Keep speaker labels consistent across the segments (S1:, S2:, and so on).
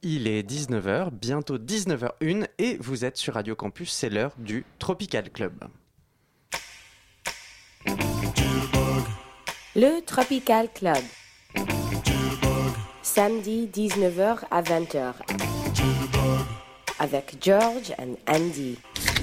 S1: Il est 19h, bientôt 19h01 et vous êtes sur Radio Campus, c'est l'heure du Tropical Club.
S2: Le Tropical Club. Samedi 19h à 20h. Avec George and Andy.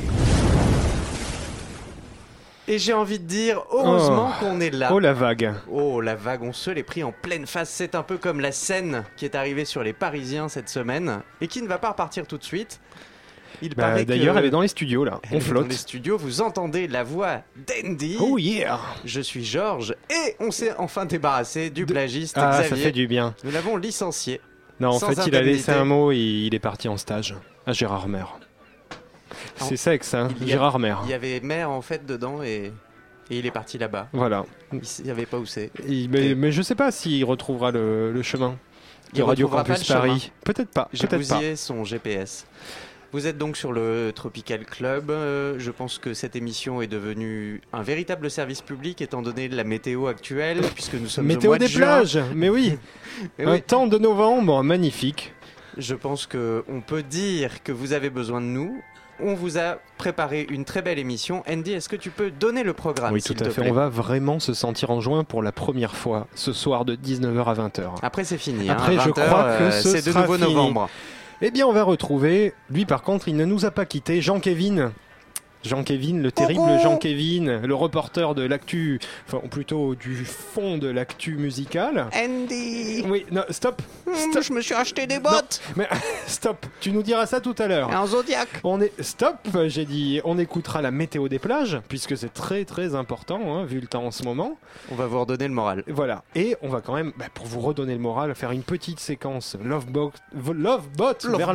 S1: Et j'ai envie de dire, heureusement qu'on est là.
S3: Oh la vague.
S1: Oh la vague, on se l'est pris en pleine face. C'est un peu comme la scène qui est arrivée sur les Parisiens cette semaine et qui ne va pas repartir tout de suite. Il paraît
S3: d'ailleurs,
S1: que...
S3: elle est dans les studios là. On flotte.
S1: Dans les studios, vous entendez la voix d'Andy.
S3: Oh yeah.
S1: Je suis Georges et on s'est enfin débarrassé du plagiste
S3: Ah,
S1: Xavier.
S3: ça fait du bien.
S1: Nous l'avons licencié.
S3: Non, en
S1: sans
S3: fait, il a
S1: indemnité.
S3: laissé un mot et il est parti en stage à Gérardmer. C'est ça, hein, Gérardmer.
S1: Il y avait Mère en fait dedans et il est parti là-bas.
S3: Voilà.
S1: Il savait pas où c'est.
S3: Mais je sais pas s'il retrouvera le chemin de
S1: Il
S3: Radio
S1: retrouvera
S3: Campus
S1: pas le
S3: Paris.
S1: chemin.
S3: Peut-être pas.
S1: J'ai
S3: Peut-être pas.
S1: bousillé son GPS. Vous êtes donc sur le Tropical Club. Je pense que cette émission est devenue un véritable service public étant donné la météo actuelle, puisque nous sommes au
S3: Météo
S1: mois de
S3: des
S1: juin.
S3: plages. Mais oui.
S1: Et
S3: Un
S1: oui.
S3: temps de novembre magnifique.
S1: Je pense qu'on peut dire que vous avez besoin de nous. On vous a préparé une très belle émission. Andy, est-ce que tu peux donner le programme,
S3: Oui,
S1: s'il
S3: tout à
S1: te
S3: fait.
S1: plaît ?
S3: On va vraiment se sentir en juin pour la première fois ce soir de 19h à 20h.
S1: Après, c'est fini.
S3: Après,
S1: hein,
S3: je
S1: 20h,
S3: crois que ce
S1: c'est de
S3: sera
S1: nouveau
S3: fini.
S1: novembre.
S3: Eh bien, on va retrouver, lui par contre, il ne nous a pas quitté, Jean-Kévin. Jean-Kévin, le terrible Jean-Kévin, le reporter de l'actu, enfin plutôt du fond de l'actu musicale.
S1: Andy,
S3: Oui, non, stop.
S1: je me suis acheté des bottes.
S3: Mais stop, tu nous diras ça tout à l'heure.
S1: Un Zodiac.
S3: Stop, j'ai dit, on écoutera la météo des plages, puisque c'est très très important, hein, vu le temps en ce moment.
S1: On va vous redonner le moral.
S3: Voilà, et on va quand même, pour vous redonner le moral, faire une petite séquence Lovebot vers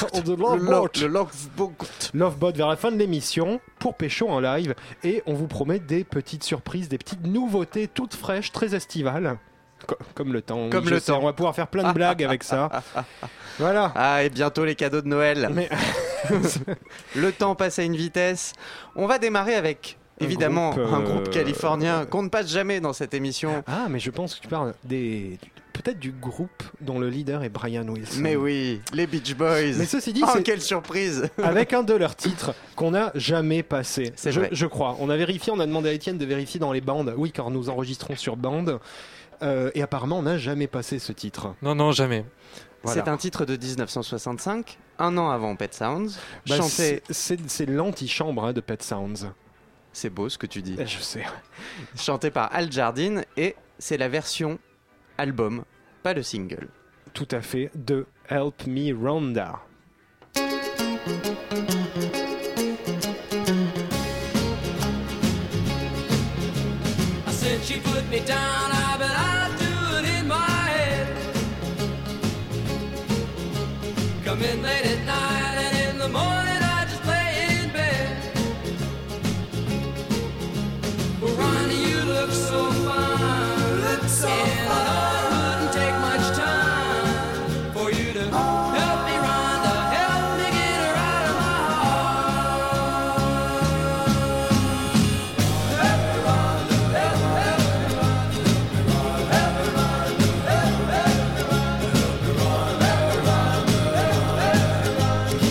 S3: Lovebot vers la fin de l'émission pour Pécho en live, et on vous promet des petites surprises, des petites nouveautés toutes fraîches, très estivales. Comme le temps.
S1: Comme
S3: oui,
S1: le
S3: je sais,
S1: temps.
S3: on va pouvoir faire plein de blagues avec ça. Voilà.
S1: Ah, et bientôt les cadeaux de Noël.
S3: Mais
S1: Le temps passe à une vitesse. On va démarrer avec, évidemment, un groupe californien qu'on ne passe jamais dans cette émission.
S3: Ah, mais je pense que tu parles peut-être du groupe dont le leader est Brian Wilson.
S1: Mais oui, les Beach Boys.
S3: Mais ceci dit,
S1: oh,
S3: c'est
S1: quelle surprise.
S3: avec un de leurs titres qu'on n'a jamais passé.
S1: C'est vrai.
S3: Je crois. On a vérifié, on a demandé à Étienne de vérifier dans les bandes. Oui, car nous enregistrons sur bande. Et apparemment, on n'a jamais passé ce titre.
S4: Non, jamais.
S3: Voilà.
S1: C'est un titre de 1965, un an avant Pet Sounds.
S3: Bah,
S1: chanté...
S3: c'est l'antichambre de Pet Sounds.
S1: C'est beau ce que tu dis.
S3: Je sais.
S1: Chanté par Al Jardine et c'est la version album, pas le single.
S3: Tout à fait, de Help Me Rhonda.
S5: I said she put me down, but I do it in my head. Come in late at night and in the morning I just lay in bed. Well, Ronnie, you look so fine. Look so and fine. I know it wouldn't take much time for you to help me, Rhonda, help me get her out of my heart.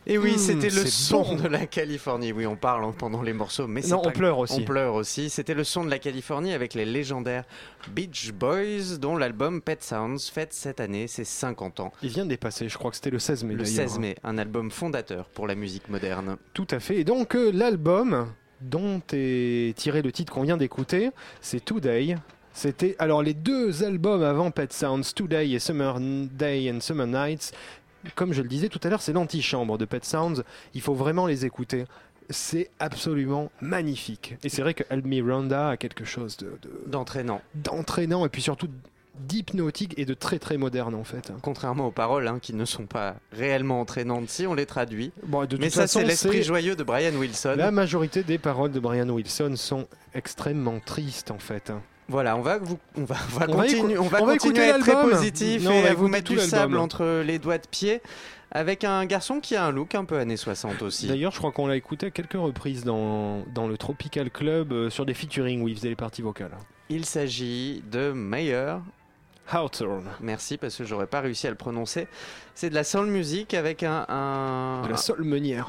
S1: Et oui, c'était le
S3: c'est
S1: son
S3: bon.
S1: de la Californie. Oui, on parle pendant les morceaux, mais c'est
S3: Non,
S1: pas...
S3: on pleure aussi.
S1: On pleure aussi. C'était le son de la Californie avec les légendaires Beach Boys, dont l'album Pet Sounds fête cette année ses 50 ans.
S3: Il vient de dépasser, je crois que c'était le 16 mai
S1: Le
S3: d'ailleurs.
S1: 16 mai, un album fondateur pour la musique moderne.
S3: Tout à fait. Et donc l'album dont est tiré le titre qu'on vient d'écouter, c'est Today. C'était alors les deux albums avant Pet Sounds, Today et Summer Day and Summer Nights. Comme je le disais tout à l'heure, c'est l'antichambre de Pet Sounds. Il faut vraiment les écouter. C'est absolument magnifique. Et c'est vrai que Miranda a quelque chose d'entraînant et puis surtout d'hypnotique et de très très moderne en fait.
S1: Contrairement aux paroles qui ne sont pas réellement entraînantes si on les traduit.
S3: Bon, de
S1: Mais
S3: toute
S1: ça,
S3: façon,
S1: c'est l'esprit
S3: c'est-
S1: joyeux de Brian Wilson.
S3: La majorité des paroles de Brian Wilson sont extrêmement tristes en fait.
S1: Voilà, on va
S3: On va
S1: continuer
S3: écouter
S1: à être très
S3: l'album.
S1: positif
S3: Non, on
S1: et
S3: va
S1: à vous
S3: écouter
S1: mettre
S3: tout
S1: du
S3: l'album.
S1: sable entre les doigts de pied avec un garçon qui a un look un peu années 60 aussi.
S3: D'ailleurs, je crois qu'on l'a écouté à quelques reprises dans le Tropical Club sur des featuring où il faisait les parties vocales.
S1: Il s'agit de Mayer.
S3: Hawthorne.
S1: Merci parce que j'aurais pas réussi à le prononcer. C'est de la soul music avec
S3: De la seule meunière.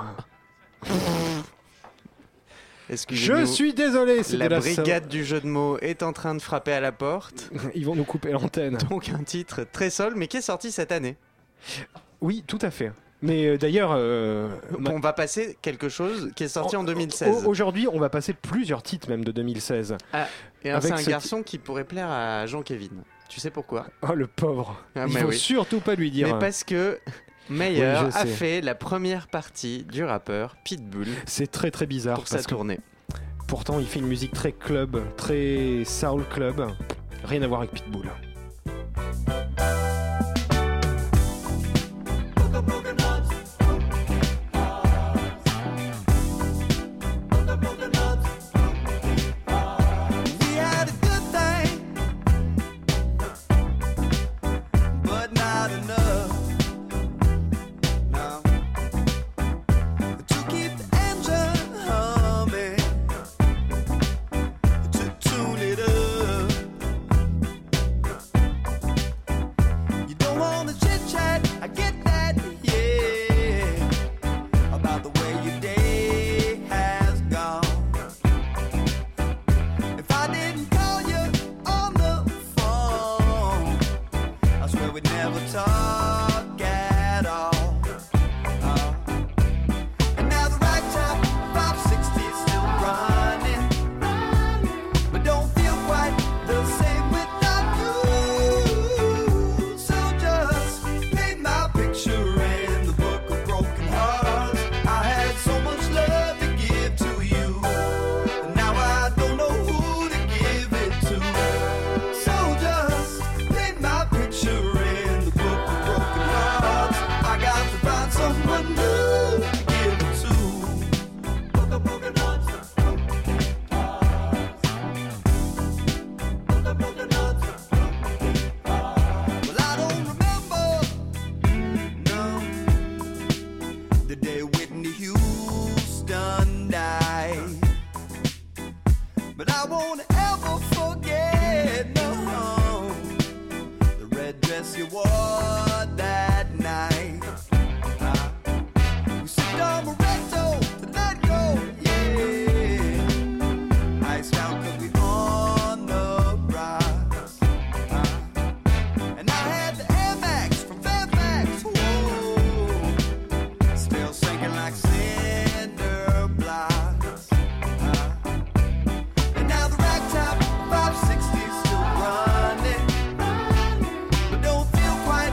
S1: Excusez-nous.
S3: Je suis désolé, c'est
S1: La
S3: de la
S1: brigade du jeu de mots est en train de frapper à la porte.
S3: Ils vont nous couper l'antenne.
S1: Donc un titre très soul mais qui est sorti cette année.
S3: Oui, tout à fait. Mais d'ailleurs,
S1: On va passer quelque chose qui est sorti en 2016.
S3: Aujourd'hui, on va passer plusieurs titres même de 2016.
S1: Et alors, c'est
S3: avec
S1: un
S3: ce
S1: garçon qui pourrait plaire à Jean-Kévin. Tu sais pourquoi?
S3: Oh le pauvre.
S1: Ah,
S3: Il
S1: mais
S3: faut
S1: oui.
S3: surtout pas lui dire.
S1: Mais parce que Mayer
S3: Oui, je
S1: a
S3: sais.
S1: fait la première partie du rappeur Pitbull
S3: C'est très très bizarre
S1: pour sa
S3: parce que
S1: tournée.
S3: pourtant il fait une musique très club, très soul club. Rien à voir avec Pitbull.
S5: We had a good thing, but not enough. No. To keep the engine humming, to tune it up. You don't wanna chit chat, I get that, yeah, about the way your day has gone. If I didn't call you on the phone, I swear we'd never talk at all. And now the ragtop 560 is still running, but don't feel quite the same without you. So just paint my picture in the book of broken hearts. I had so much love to give to you. Now I don't know who to give it to. So just paint my picture in the book of broken hearts. I got to find someone new to give it to. Book of broken hearts. Book of broken hearts. Well, I don't remember, no, the day Whitney Houston died. But I won't ever forget, no, the red dress you wore that night. We sipped on Moretto to let go, yeah. Iced out 'cause we on the rise. And I had the Air Max from Fairfax, whoa, still sinking like cinder blocks. And now the ragtop 560 is still running, but don't feel quite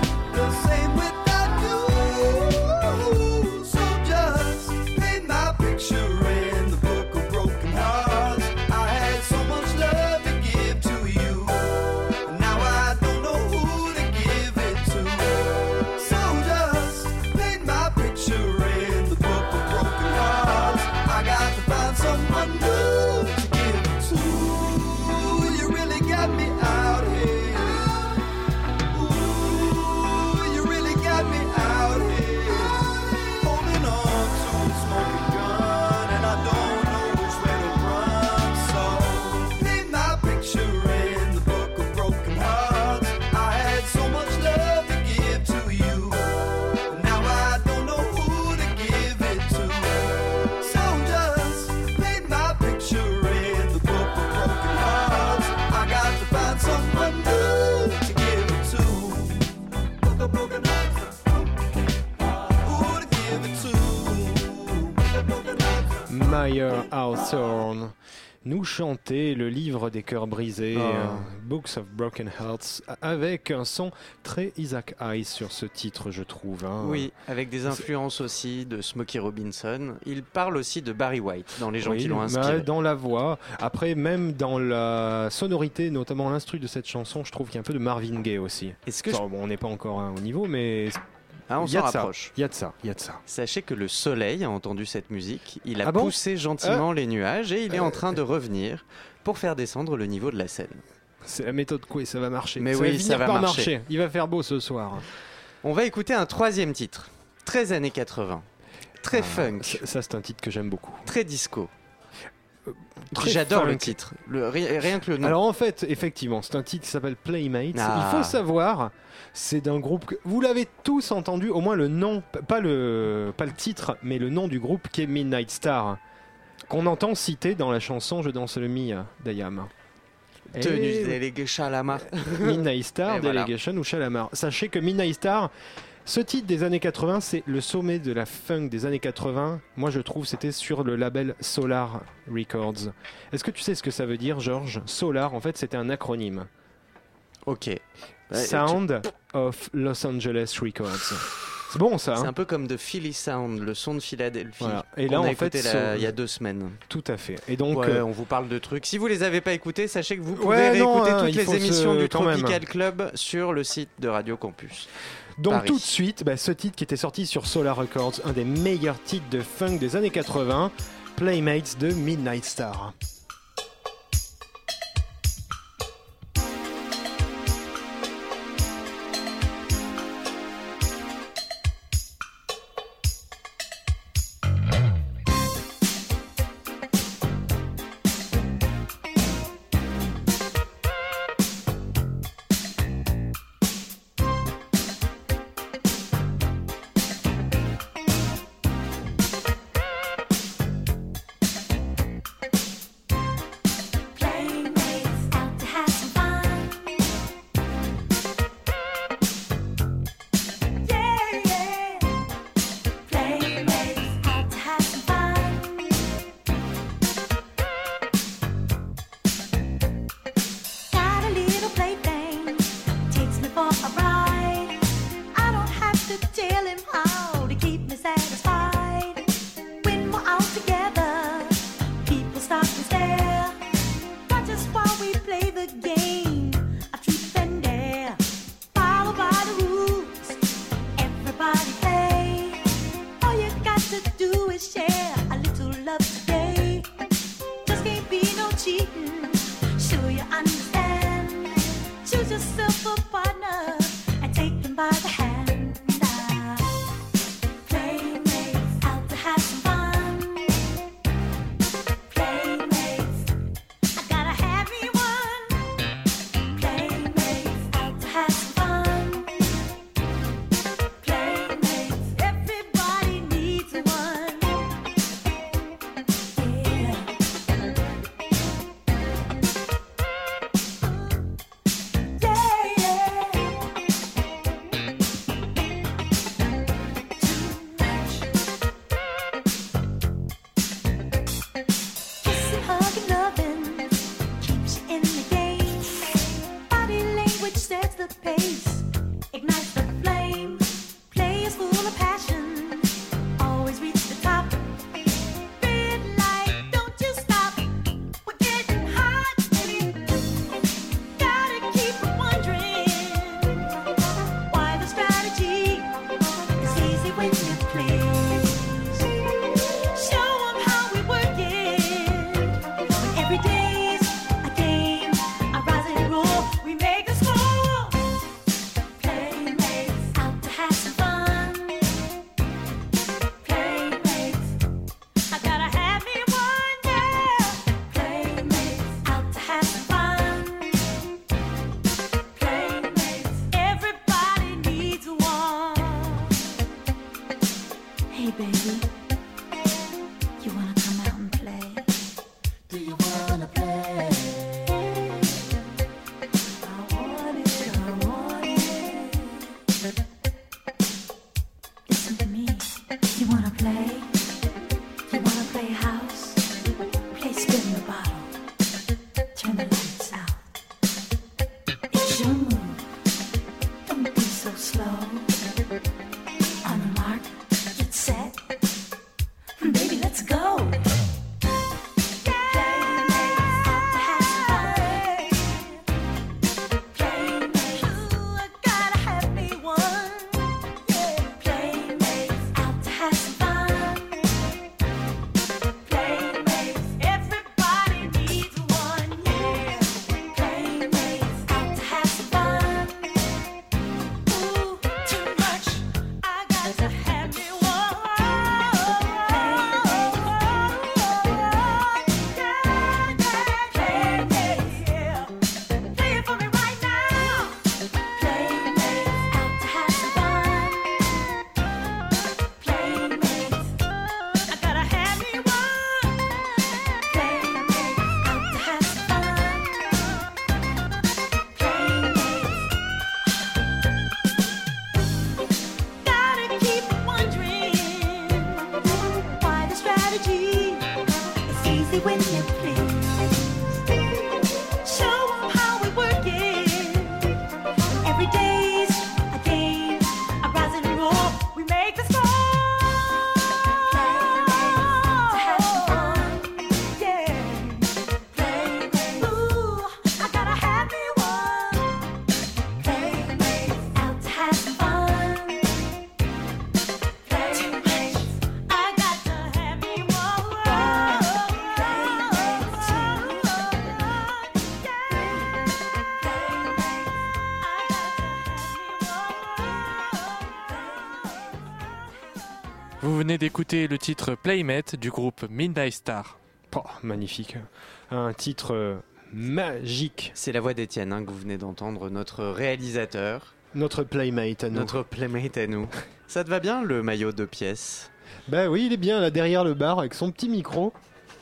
S3: Fire Hawthorne nous chantait le livre des cœurs brisés, Books of Broken Hearts, avec un son très Isaac Hayes sur ce titre, je trouve.
S1: Oui, avec des influences aussi de Smokey Robinson. Il parle aussi de Barry White dans les gens qui l'ont inspiré.
S3: Dans la voix, après même dans la sonorité, notamment l'instru de cette chanson, je trouve qu'il y a un peu de Marvin Gaye aussi.
S1: Est-ce que
S3: bon, on n'est pas encore au niveau, mais
S1: on s'en rapproche.
S3: Il y a de ça.
S1: Sachez que le soleil a entendu cette musique, il a poussé gentiment les nuages et il est en train de revenir pour faire descendre le niveau de la Seine.
S3: C'est la méthode Coué, ça va marcher.
S1: Mais oui, ça va marcher.
S3: Il va faire beau ce soir.
S1: On va écouter un troisième titre, très années 80, très funk.
S3: Ça c'est un titre que j'aime beaucoup.
S1: Très disco. J'adore le titre, rien que le nom.
S3: Alors en fait, effectivement, c'est un titre qui s'appelle Playmates. Il faut savoir, c'est d'un groupe que vous l'avez tous entendu, au moins le nom, pas le titre, mais le nom du groupe qui est Midnight Star, qu'on entend citer dans la chanson Je danse le Mia d'Ayam.
S1: Tenue délégué Chalamar.
S3: Midnight Star, Delegation ou Chalamar. Sachez que Midnight Star, ce titre des années 80, c'est le sommet de la funk des années 80. Moi, je trouve c'était sur le label Solar Records. Est-ce que tu sais ce que ça veut dire, Georges ? Solar, en fait, c'était un acronyme.
S1: Ok.
S3: Sound of Los Angeles Records. C'est bon, ça.
S1: C'est un peu comme de Philly Sound, le son de Philadelphie.
S3: Voilà. Et là,
S1: on a
S3: en fait,
S1: il y a 2 semaines.
S3: Tout à fait. Et donc,
S1: on vous parle de trucs. Si vous les avez pas écoutés, sachez que vous pouvez réécouter toutes les émissions du Tropical Club sur le site de Radio Campus.
S3: Donc
S1: Paris.
S3: tout de suite, ce titre qui était sorti sur Solar Records, un des meilleurs titres de funk des années 80, Playmates de Midnight Star.
S4: slow. On the mark, get set. Baby, let's go.
S6: Vous venez d'écouter le titre Playmate du groupe Midnight Star.
S3: Oh, magnifique. Un titre magique.
S1: C'est la voix d'Étienne que vous venez d'entendre, notre réalisateur.
S3: Notre Playmate à nous.
S1: Notre Playmate à nous. Ça te va bien le maillot de pièces?
S3: Bah oui, il est bien là derrière le bar avec son petit micro.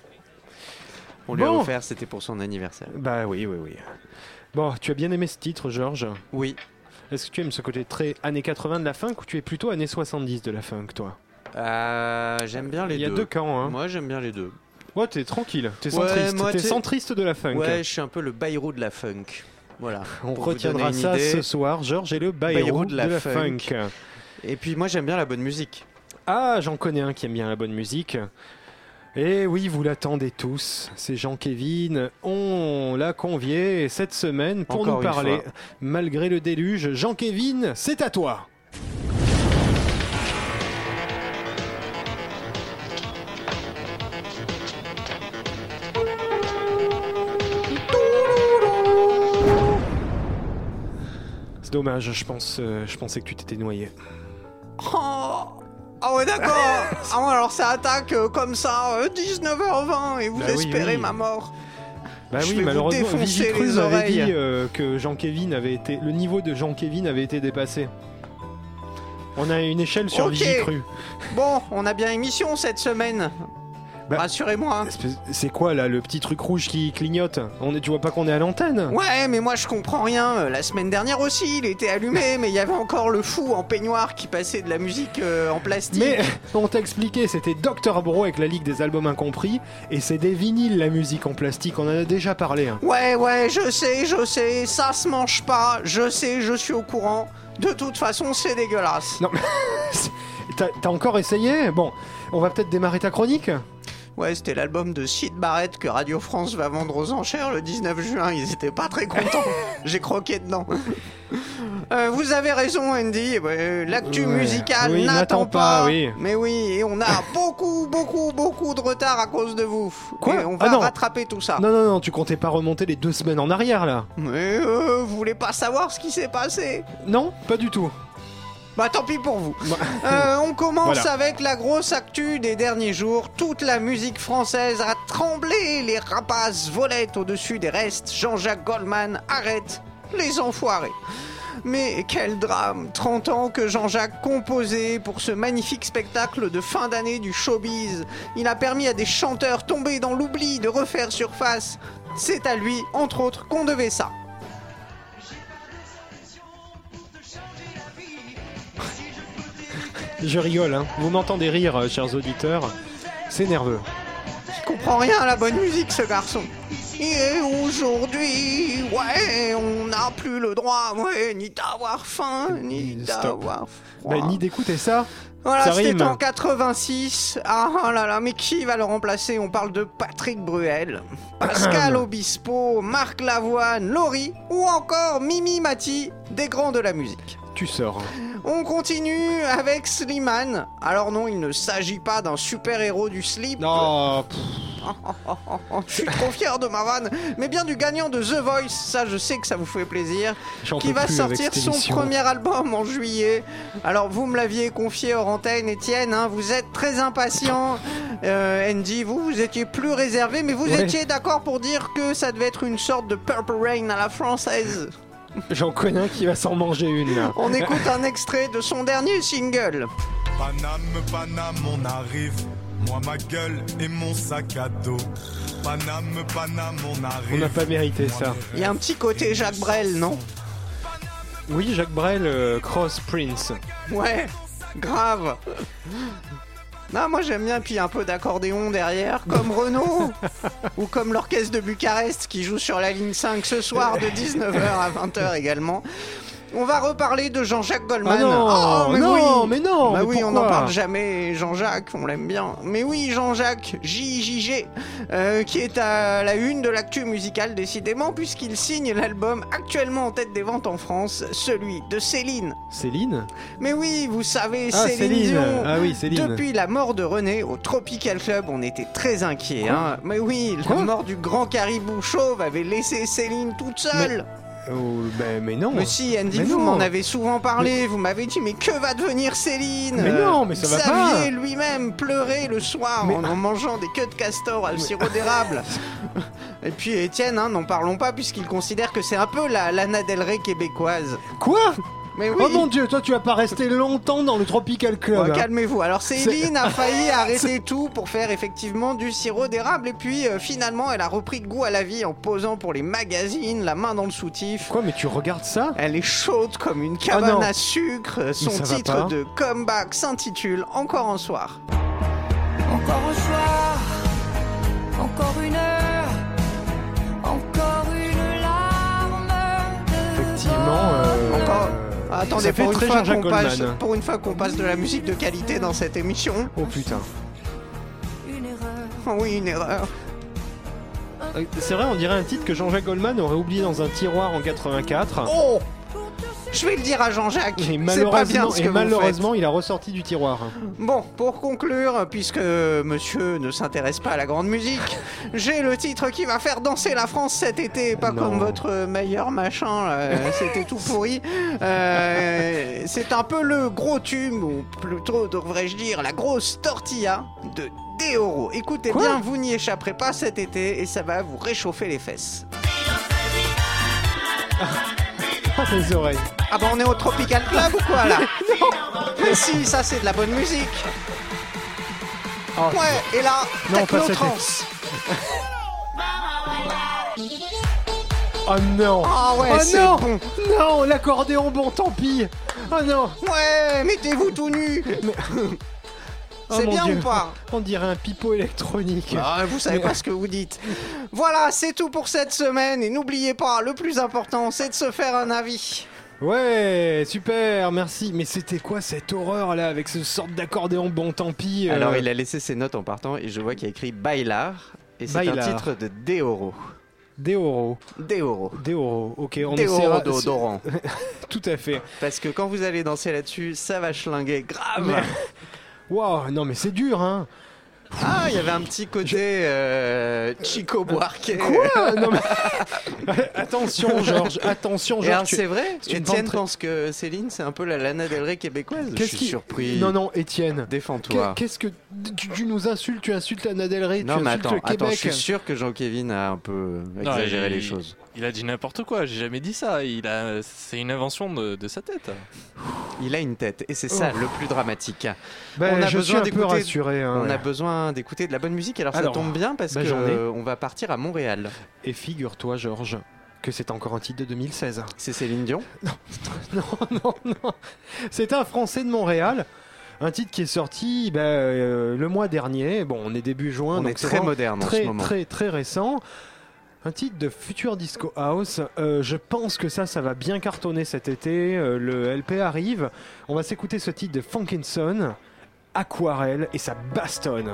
S1: On lui a offert, c'était pour son anniversaire.
S3: Bah oui. Bon, tu as bien aimé ce titre, Georges?
S1: Oui.
S3: Est-ce que tu aimes ce côté très années 80 de la funk ou tu es plutôt années 70 de la funk, toi?
S1: J'aime bien les deux.
S3: Il y a deux camps, hein.
S1: Moi, j'aime bien les deux.
S3: Ouais, t'es tranquille. T'es centriste.
S1: moi,
S3: T'es centriste de la funk.
S1: Ouais, je suis un peu le Bayrou de la funk. Voilà.
S3: On
S1: Pour vous
S3: retiendra
S1: donner une
S3: ça
S1: idée.
S3: ce soir. Georges est le Bayrou de la funk.
S1: Et puis moi, j'aime bien la bonne musique.
S3: Ah, j'en connais un qui aime bien la bonne musique. Et oui, vous l'attendez tous. C'est Jean-Kévin. On l'a convié cette semaine pour
S1: Encore
S3: nous
S1: une
S3: parler.
S1: fois.
S3: Malgré le déluge, Jean-Kévin, c'est à toi. C'est dommage, je pensais que tu t'étais noyé.
S1: Ah ouais, d'accord. Ah ouais, alors ça attaque comme ça, 19h20 et vous
S3: Bah oui,
S1: espérez
S3: oui.
S1: ma mort.
S3: Bah
S1: Je
S3: oui,
S1: vais vous
S3: malheureusement,
S1: défoncer
S3: Vigicruz
S1: les
S3: avait dit
S1: oreilles.
S3: que Jean-Kévin avait été, le niveau de Jean-Kévin avait été dépassé. On a une échelle sur
S1: Ok.
S3: Vigicruz.
S1: Bon, on a bien émission cette semaine.
S3: Bah,
S1: Rassurez-moi.
S3: C'est quoi là, le petit truc rouge qui clignote? Tu vois pas qu'on est à l'antenne?
S1: Ouais, mais moi je comprends rien. La semaine dernière aussi, il était allumé, mais il y avait encore le fou en peignoir qui passait de la musique en plastique.
S3: Mais on t'a expliqué, c'était Dr Bro avec la Ligue des Albums Incompris, et c'est des vinyles la musique en plastique, on en a déjà parlé. Hein.
S1: Ouais, je sais, ça se mange pas, je sais, je suis au courant. De toute façon, c'est dégueulasse.
S3: Non, mais t'as encore essayé? Bon, on va peut-être démarrer ta chronique?
S1: Ouais, c'était l'album de Syd Barrett que Radio France va vendre aux enchères le 19 juin. Ils étaient pas très contents. J'ai croqué dedans. Vous avez raison, Andy. L'actu musicale
S3: oui,
S1: n'attend pas.
S3: oui.
S1: Mais oui, et on a beaucoup de retard à cause de vous.
S3: Quoi?
S1: Et on va
S3: Ah non.
S1: rattraper tout ça.
S3: Non, tu comptais pas remonter les 2 semaines en arrière là?
S1: Mais vous voulez pas savoir ce qui s'est passé?
S3: Non, pas du tout.
S1: Bah tant pis pour vous. On commence
S3: Voilà.
S1: avec la grosse actu des derniers jours. Toute la musique française a tremblé. Les rapaces volaient au-dessus des restes. Jean-Jacques Goldman arrête les enfoirés. Mais quel drame! 30 ans que Jean-Jacques composait pour ce magnifique spectacle de fin d'année du showbiz. Il a permis à des chanteurs tombés dans l'oubli de refaire surface. C'est à lui, entre autres, qu'on devait ça.
S3: Je rigole, hein. Vous m'entendez rire, chers auditeurs. C'est nerveux.
S1: Il comprend rien à la bonne musique, ce garçon. Et aujourd'hui, ouais, on n'a plus le droit, ouais, ni d'avoir faim, ni
S3: Stop.
S1: d'avoir froid.
S3: Bah, ni d'écouter ça.
S1: Voilà,
S3: ça
S1: c'était
S3: rime.
S1: en 86. Ah oh là là, mais qui va le remplacer? On parle de Patrick Bruel, Pascal Obispo, Marc Lavoine, Laurie ou encore Mimi Mati, des grands de la musique.
S3: Tu sors.
S1: On continue avec Slimane. Alors non, il ne s'agit pas d'un super-héros du slip.
S3: Non,
S1: Je suis trop fier de ma vanne, mais bien du gagnant de The Voice. Ça, je sais que ça vous fait plaisir.
S3: j'en
S1: Qui
S3: peux
S1: va
S3: plus avec
S1: sortir
S3: cette
S1: son
S3: émission.
S1: premier album en juillet. Alors vous me l'aviez confié hors antenne, Étienne, hein, vous êtes très impatient. Andy, vous étiez plus réservé, mais vous
S3: Ouais.
S1: étiez d'accord pour dire que ça devait être une sorte de Purple Rain à la française.
S3: J'en connais un qui va s'en manger une là.
S1: On écoute un extrait de son dernier single.
S7: Paname, on arrive. Moi, ma gueule et mon sac à dos. Paname, on arrive.
S3: On n'a pas mérité ça.
S1: Il y a un petit côté Jacques Brel, non?
S3: Oui, Jacques Brel, Cross Prince.
S1: Ouais, grave. Non, moi j'aime bien, puis un peu d'accordéon derrière, comme Renaud, ou comme l'orchestre de Bucarest qui joue sur la ligne 5 ce soir de 19h à 20h également. On va reparler de Jean-Jacques Goldman.
S3: Ah non,
S1: Oh, mais
S3: non,
S1: oui.
S3: mais non,
S1: Bah
S3: mais
S1: oui, on
S3: pourquoi
S1: n'en parle jamais, Jean-Jacques, on l'aime bien. Mais oui, Jean-Jacques, JJG, qui est à la une de l'actu musicale décidément, puisqu'il signe l'album actuellement en tête des ventes en France, celui de Céline.
S3: Céline.
S1: Mais oui, vous savez,
S3: Ah,
S1: Céline Dion.
S3: Ah oui, Céline.
S1: Depuis la mort de René au Tropical Club, on était très inquiets. Hein. Mais oui,
S3: Quoi
S1: la mort du grand caribou chauve avait laissé Céline toute seule.
S3: Oh, mais non.
S1: Mais si, Andy,
S3: Mais
S1: vous
S3: non.
S1: m'en avez souvent parlé. Vous m'avez dit, mais que va devenir Céline?
S3: Mais non, mais ça va pas.
S1: Xavier lui-même pleurait le soir
S3: Mais-
S1: en mangeant des queues de castor à le sirop d'érable. Et puis Étienne, hein, n'en parlons pas, puisqu'il considère que c'est un peu la Lana Del Rey québécoise.
S3: Quoi?
S1: Mais oui.
S3: Oh mon dieu, toi tu vas pas rester longtemps dans le Tropical Club.
S1: Bon,
S3: hein.
S1: calmez-vous. Alors Céline a failli arrêter tout pour faire effectivement du sirop d'érable et puis finalement elle a repris goût à la vie en posant pour les magazines, la main dans le soutif.
S3: Quoi, mais tu regardes ça?
S1: Elle est chaude comme une cabane
S3: non.
S1: à sucre. Son
S3: ça va
S1: titre
S3: pas.
S1: de comeback s'intitule Encore un soir.
S4: Encore un soir, encore une heure, encore une larme de
S3: Effectivement.
S1: Encore. Attendez,
S3: ça fait
S1: pour une,
S3: très
S1: fois
S3: Jean-Jacques
S1: qu'on passe,
S3: Goldman.
S1: pour une fois qu'on passe de la musique de qualité dans cette émission.
S3: Oh putain.
S4: une erreur.
S1: Oh oui, une erreur.
S3: C'est vrai, on dirait un titre que Jean-Jacques Goldman aurait oublié dans un tiroir en 84.
S1: Oh, je vais le dire à Jean-Jacques.
S3: Et
S1: C'est pas bien
S3: malheureusement,
S1: ce que
S3: et
S1: vous
S3: malheureusement il a ressorti du tiroir.
S1: faites. Bon, pour conclure, puisque monsieur ne s'intéresse pas à la grande musique, j'ai le titre qui va faire danser la France cet été, pas
S3: Non.
S1: comme votre meilleur machin, là, c'était tout pourri. C'est un peu le gros tube, ou plutôt devrais-je dire la grosse tortilla de Deoro. Écoutez
S3: Quoi
S1: bien, vous n'y échapperez pas cet été et ça va vous réchauffer les fesses.
S3: Oh mes oreilles.
S1: Ah bah on est au Tropical Club ou quoi là? Mais si, ça c'est de la bonne musique.
S3: Oh,
S1: Ouais, et là,
S3: Non, pas cette-
S1: techno-trance.
S3: Oh non.
S1: Ah ouais,
S3: Oh
S1: c'est
S3: non.
S1: bon.
S3: Non, l'accordéon, bon tant pis. Oh non.
S1: Ouais, mettez-vous tout nu.
S3: Oh
S1: C'est
S3: mon
S1: bien
S3: Dieu.
S1: ou pas?
S3: On dirait un pipeau électronique.
S1: Ah, vous savez
S3: Mais-
S1: pas ce que vous dites. Voilà, c'est tout pour cette semaine. Et n'oubliez pas, le plus important, c'est de se faire un avis.
S3: Ouais, super, merci. Mais c'était quoi cette horreur là avec ce sorte d'accordéon, bon tant pis.
S1: Alors, il a laissé ses notes en partant et je vois qu'il y a écrit Bailar. Et c'est un
S3: Bailar.
S1: titre de Deoro.
S3: Deoro.
S1: Deoro.
S3: Deoro, ok, on
S1: Deoro
S3: essaiera.
S1: d'odorant.
S3: Tout à fait.
S1: Parce que quand vous allez danser là-dessus, ça va schlinguer grave.
S3: Mais- Waouh, non mais c'est dur, hein.
S1: Ah, il y avait un petit côté Chico Buarque.
S3: Quoi Non mais... Attention, Georges, attention,
S1: Et alors,
S3: Georges. tu-
S1: c'est vrai,
S3: tu me
S1: Étienne
S3: vends très-
S1: pense que Céline, c'est un peu la Lana Del Rey québécoise. Je
S3: Qu'est-ce
S1: suis
S3: qui-
S1: surpris.
S3: Non, non, Étienne.
S1: Défends-toi.
S3: Qu'est-ce que tu nous insultes? Tu insultes Lana Del Rey,
S1: Non,
S3: tu
S1: mais
S3: insultes
S1: attends,
S3: le Québec.
S1: je suis sûr que Jean-Kévin a un peu
S6: Non,
S1: exagéré les choses.
S6: Il a dit n'importe quoi, j'ai jamais dit ça. C'est une invention de sa tête.
S1: Il a une tête, et c'est ça
S3: Oh.
S1: le plus dramatique.
S3: Ben,
S1: on a
S3: je
S1: besoin
S3: suis un peu
S1: d'écouter-
S3: rassuré. hein,
S1: On
S3: ouais.
S1: a besoin d'écouter de la bonne musique, alors ça
S3: Alors,
S1: tombe bien parce
S3: bah,
S1: que
S3: j'en ai.
S1: on va partir à Montréal.
S3: Et figure-toi, Georges, que c'est encore un titre de 2016.
S1: C'est Céline Dion.
S3: Non, non, non. C'est un Français de Montréal. Un titre qui est sorti le mois dernier. Bon, on est début juin,
S1: On
S3: donc
S1: est
S3: c'est
S1: très
S3: vraiment
S1: moderne en ce
S3: très,
S1: moment.
S3: très, très récent. Un titre de Future Disco House. Je pense que ça va bien cartonner cet été. Le LP arrive. On va s'écouter ce titre de Funkinson, Aquarelle, et ça bastonne.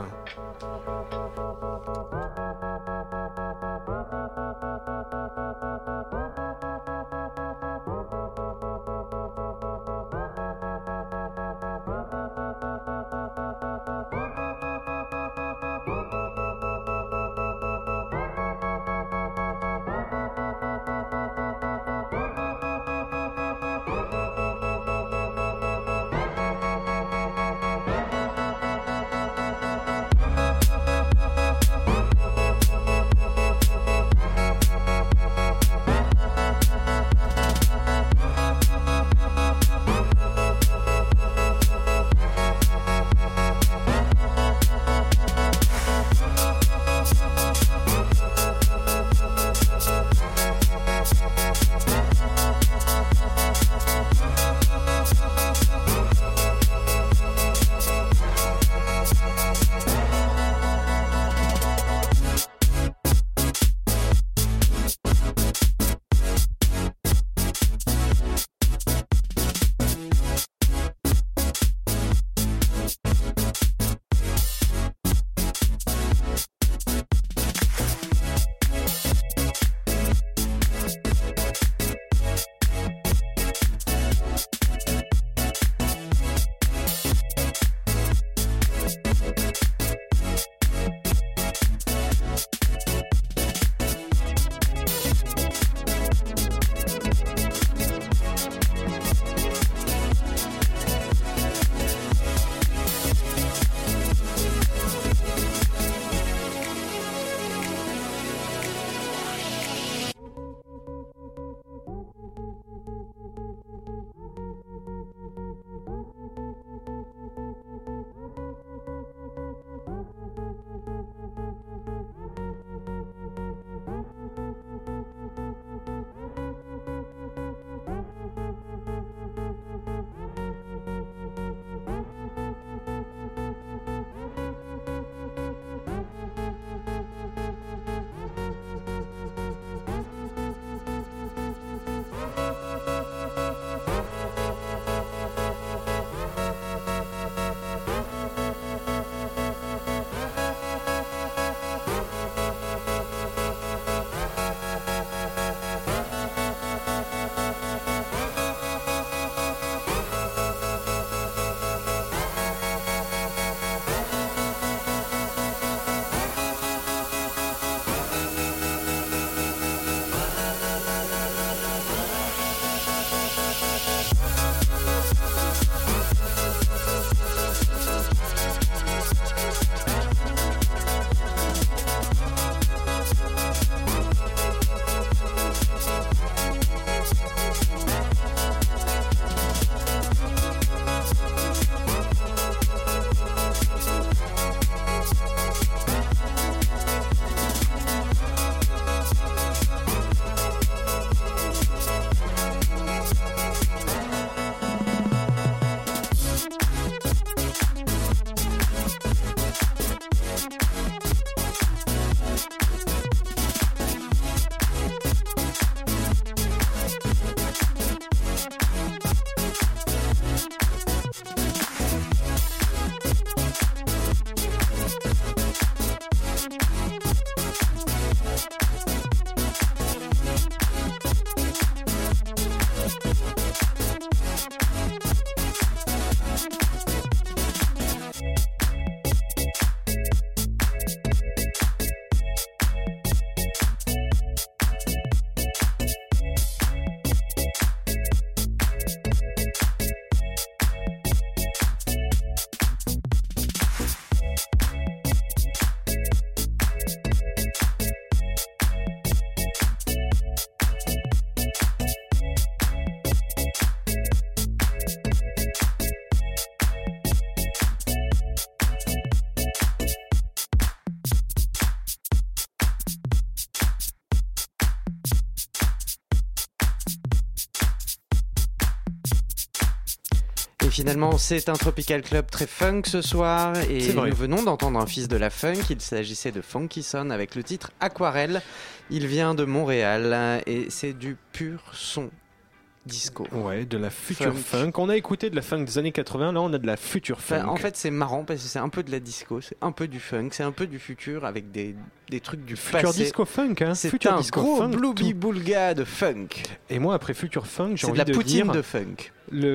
S1: Et finalement, c'est un Tropical Club très funk ce soir. Et
S3: C'est vrai.
S1: nous venons d'entendre un fils de la funk. Il s'agissait de Funky Son avec le titre Aquarelle. Il vient de Montréal et c'est du pur son disco.
S3: Ouais, de la future
S1: Funk.
S3: funk. On a écouté de la funk des années 80, là on a de la future funk.
S1: Enfin, en fait, c'est marrant parce que c'est un peu de la disco, c'est un peu du funk, c'est un peu du futur avec des trucs du
S3: future
S1: passé.
S3: disco funk, hein.
S1: C'est
S3: Future
S1: un
S3: disco
S1: gros
S3: funk.
S1: blooby
S3: tout.
S1: boulga de funk.
S3: Et moi, après future funk, j'ai
S1: C'est de
S3: envie
S1: la
S3: de
S1: poutine
S3: dire
S1: de funk.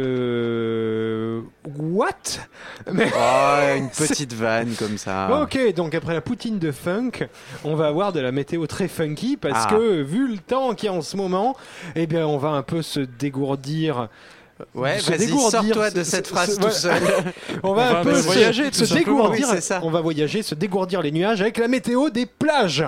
S3: le what. Mais
S1: Oh, une petite vanne comme ça.
S3: ok, donc après la poutine de funk, on va avoir de la météo très funky parce
S1: Ah.
S3: que vu le temps qu'il y a en ce moment, eh bien on va un peu se dégourdir.
S1: Ouais,
S3: se
S1: vas-y,
S3: dégourdir,
S1: sors-toi de
S3: se-
S1: cette
S3: se-
S1: phrase tout
S3: voilà.
S1: seul.
S3: On va
S6: On
S3: un
S6: va
S3: peu
S6: voyager,
S3: se
S6: tout simplement.
S3: dégourdir.
S1: Oui, c'est ça.
S3: On va voyager, se dégourdir les nuages avec la météo des plages.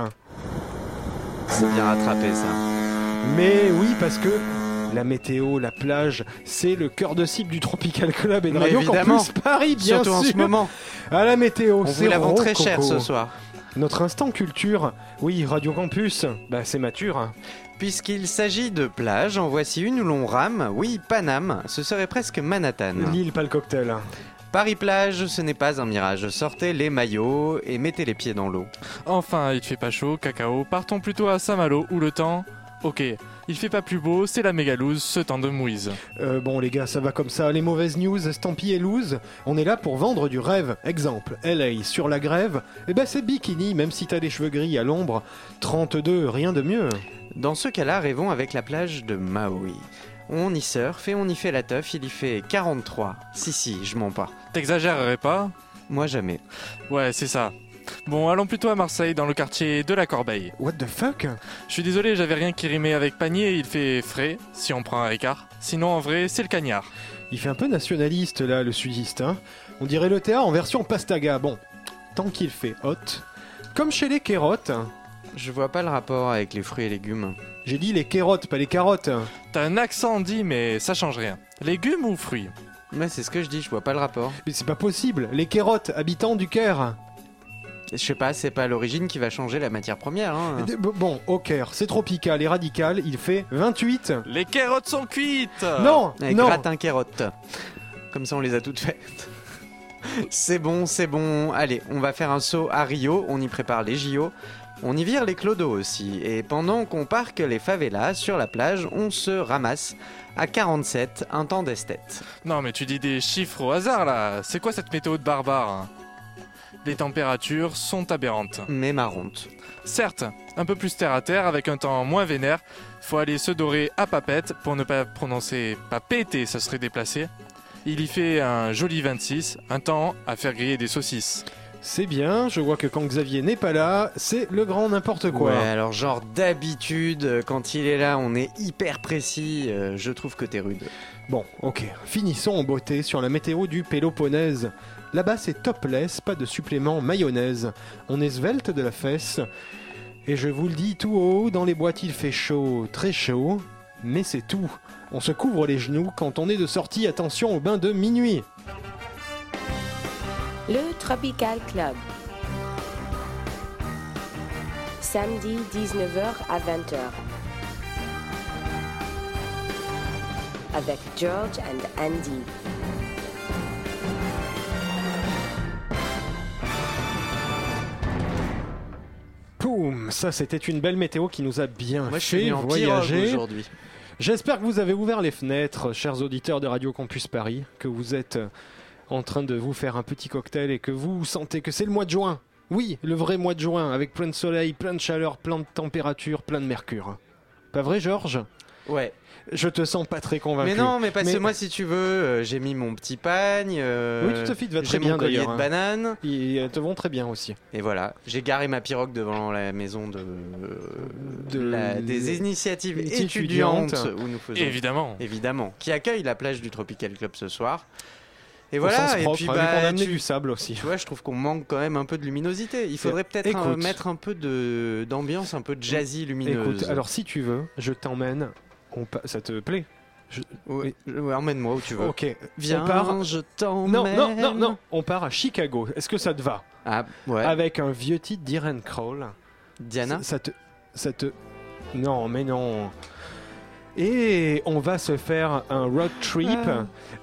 S1: C'est bien rattrapé ça.
S3: Mais oui, parce que la météo, la plage, c'est le cœur de cible du Tropical Club et de
S1: Mais
S3: Radio
S1: évidemment.
S3: Campus Paris, bien
S1: Surtout
S3: sûr.
S1: en ce moment.
S3: À la météo,
S1: On
S3: c'est
S1: vous la vend très
S3: rococo.
S1: cher ce soir.
S3: Notre instant culture, oui, Radio Campus, bah c'est mature.
S1: Puisqu'il s'agit de plage, en voici une où l'on rame. Oui, Paname, ce serait presque Manhattan.
S3: L'île, pas le cocktail.
S1: Paris-Plage, ce n'est pas un mirage. Sortez les maillots et mettez les pieds dans l'eau.
S6: Enfin, il fait pas chaud, cacao. Partons plutôt à Saint-Malo où le temps. Ok, il fait pas plus beau, c'est la mégalouse, ce temps de mouise.
S3: Bon les gars, ça va comme ça. Les mauvaises news, estampillées loose. On est là pour vendre du rêve. Exemple, LA sur la grève. Eh ben c'est bikini, même si t'as les cheveux gris à l'ombre. 32, rien de mieux.
S1: Dans ce cas-là, rêvons avec la plage de Maui. On y surfe et on y fait la teuf, il y fait 43. Si, je mens pas.
S6: T'exagérerais pas?
S1: Moi jamais.
S6: Ouais, c'est ça. Bon, allons plutôt à Marseille, dans le quartier de la Corbeille.
S3: What the fuck?
S6: Je suis désolé, j'avais rien qui rimait avec panier, il fait frais, si on prend un écart. Sinon, en vrai, c'est le cagnard.
S3: Il fait un peu nationaliste là, le sudiste, hein. On dirait le théâtre en version pastaga. Bon, tant qu'il fait hot. Comme chez les kérottes.
S1: Je vois pas le rapport avec les fruits et légumes.
S3: J'ai dit les kérottes, pas les carottes.
S6: T'as un accent dit, mais ça change rien. Légumes ou fruits?
S1: Mais c'est ce que je dis, je vois pas le rapport.
S3: Mais c'est pas possible. Les kérottes, habitants du Caire.
S1: Je sais pas, c'est pas l'origine qui va changer la matière première. Hein.
S3: Bon, au Caire, c'est tropical et radical. Il fait 28.
S6: Les carottes sont cuites!
S3: Non,
S1: Avec
S3: non.
S1: gratin carotte. Comme ça, on les a toutes faites. C'est bon, c'est bon. Allez, on va faire un saut à Rio. On y prépare les JO. On y vire les clodos aussi. Et pendant qu'on parque les favelas sur la plage, on se ramasse à 47, un temps d'esthète.
S6: Non, mais tu dis des chiffres au hasard là. C'est quoi cette météo de barbare? Hein? Les températures sont aberrantes.
S1: Mais marronte.
S6: Certes, un peu plus terre à terre avec un temps moins vénère. Faut aller se dorer à papette pour ne pas prononcer papété, ça serait déplacé. Il y fait un joli 26, un temps à faire griller des saucisses.
S3: C'est bien, je vois que quand Xavier n'est pas là, c'est le grand n'importe quoi.
S1: Ouais, alors genre d'habitude, quand il est là, on est hyper précis. Je trouve que t'es rude.
S3: Bon, ok, finissons en beauté sur la météo du Péloponnèse. Là-bas, c'est topless, pas de supplément mayonnaise. On est svelte de la fesse. Et je vous le dis tout haut, dans les boîtes, il fait chaud, très chaud. Mais c'est tout. On se couvre les genoux quand on est de sortie. Attention au bain de minuit.
S2: Le Tropical Club. Samedi 19h à 20h. Avec George and Andy.
S3: Poum, ça c'était une belle météo qui nous a bien
S1: Moi, je suis
S3: fait
S1: venu en pirogue
S3: voyager.
S1: aujourd'hui.
S3: J'espère que vous avez ouvert les fenêtres, chers auditeurs de Radio Campus Paris, que vous êtes en train de vous faire un petit cocktail et que vous sentez que c'est le mois de juin. Oui, le vrai mois de juin, avec plein de soleil, plein de chaleur, plein de température, plein de mercure. Pas vrai, Georges?
S1: Ouais.
S3: Je te sens pas très convaincu.
S1: Mais non, mais parce
S3: Mais-
S1: que moi, si tu veux, j'ai mis mon petit pagne.
S3: Oui, tout à fait, il te va très
S1: j'ai
S3: bien
S1: mon collier
S3: d'ailleurs,
S1: de
S3: hein.
S1: banane.
S3: Ils te vont très bien aussi.
S1: Et voilà, j'ai garé ma pirogue devant la maison
S3: De-
S1: des initiatives
S3: étudiantes.
S1: étudiantes où nous faisons.
S6: Évidemment.
S1: Évidemment. Qui accueille la plage du Tropical Club ce soir. Et
S3: Au
S1: voilà,
S3: sens
S1: et
S3: propre,
S1: puis
S3: vu qu'on a
S1: bah,
S3: amené
S1: tu,
S3: du sable aussi.
S1: tu vois, je trouve qu'on manque quand même un peu de luminosité. Il faudrait peut-être
S3: Écoute.
S1: mettre un peu d'ambiance un peu jazzy lumineuse.
S3: Écoute, alors si tu veux, je t'emmène. Ça te plaît?
S1: Ouais, ouais, emmène-moi où tu veux.
S3: Ok.
S1: Viens,
S3: On part.
S1: je
S3: Non,
S1: t'emmène.
S3: non, non, non. On part à Chicago. Est-ce que ça te va?
S1: Ah, ouais.
S3: Avec un vieux titre d'Irene Kroll.
S1: Diana.
S3: Ça te. Non, mais non. Et on va se faire un road trip.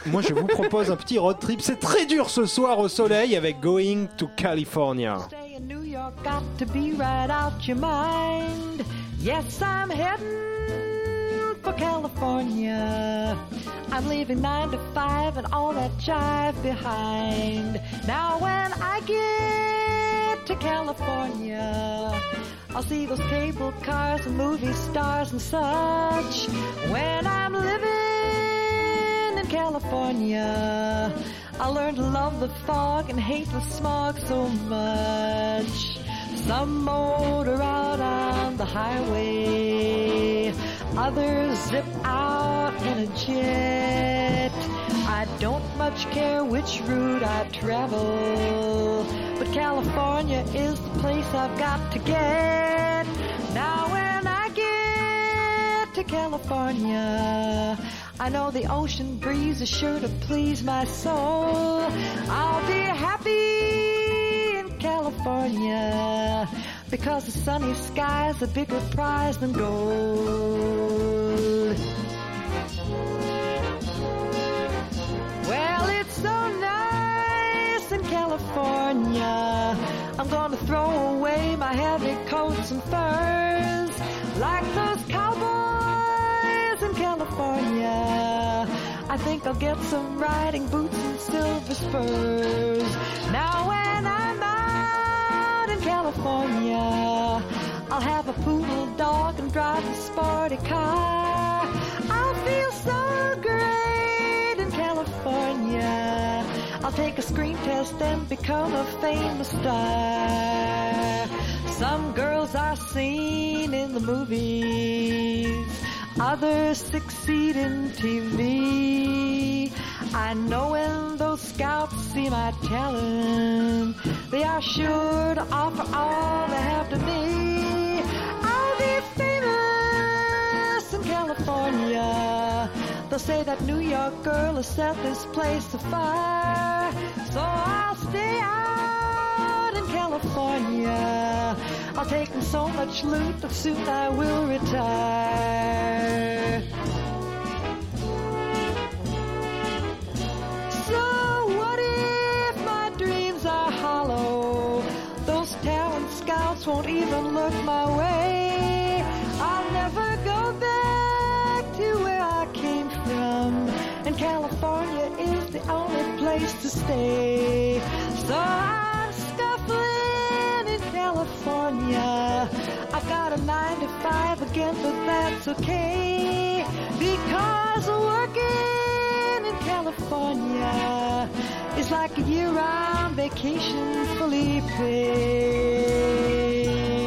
S3: moi je vous propose un petit road trip. C'est très dur ce soir au soleil avec Going to California.
S8: Stay in New York, got to be right out your mind. Yes, I'm heading for California. I'm leaving 9 to 5 and all that jive behind. Now when I get to California, I'll see those cable cars and movie stars and such. When I'm living in California, I learn to love the fog and hate the smog so much. Some motor out on the highway, others zip out in a jet. I don't much care which route I travel, but California is the place I've got to get. Now when I get to California, I know the ocean breeze is sure to please my soul. I'll be happy in California, because the sunny sky's a bigger prize than gold. Well, it's so nice in California. I'm gonna throw away my heavy coats and furs, like those cowboys in California. I think I'll get some riding boots and silver spurs. Now when I'm out in California, I'll have a poodle dog and drive a sporty car. I'll feel so great in California. I'll take a screen test and become a famous star. Some girls are seen in the movies, others succeed in TV. I know when those scouts see my talent, they are sure to offer all they have to me. I'll be famous in California. They'll say that New York girl has set this place afire. So I'll stay out in California. I'll take in so much loot that soon I will retire. So what if my dreams are hollow? Those talent scouts won't even look my way. I'll never go back to where I came from, and California is the only place to stay. So I'm scuffling in California. I've got a 9 to 5 again, but that's okay, because working in California is like a year-round vacation fully paid.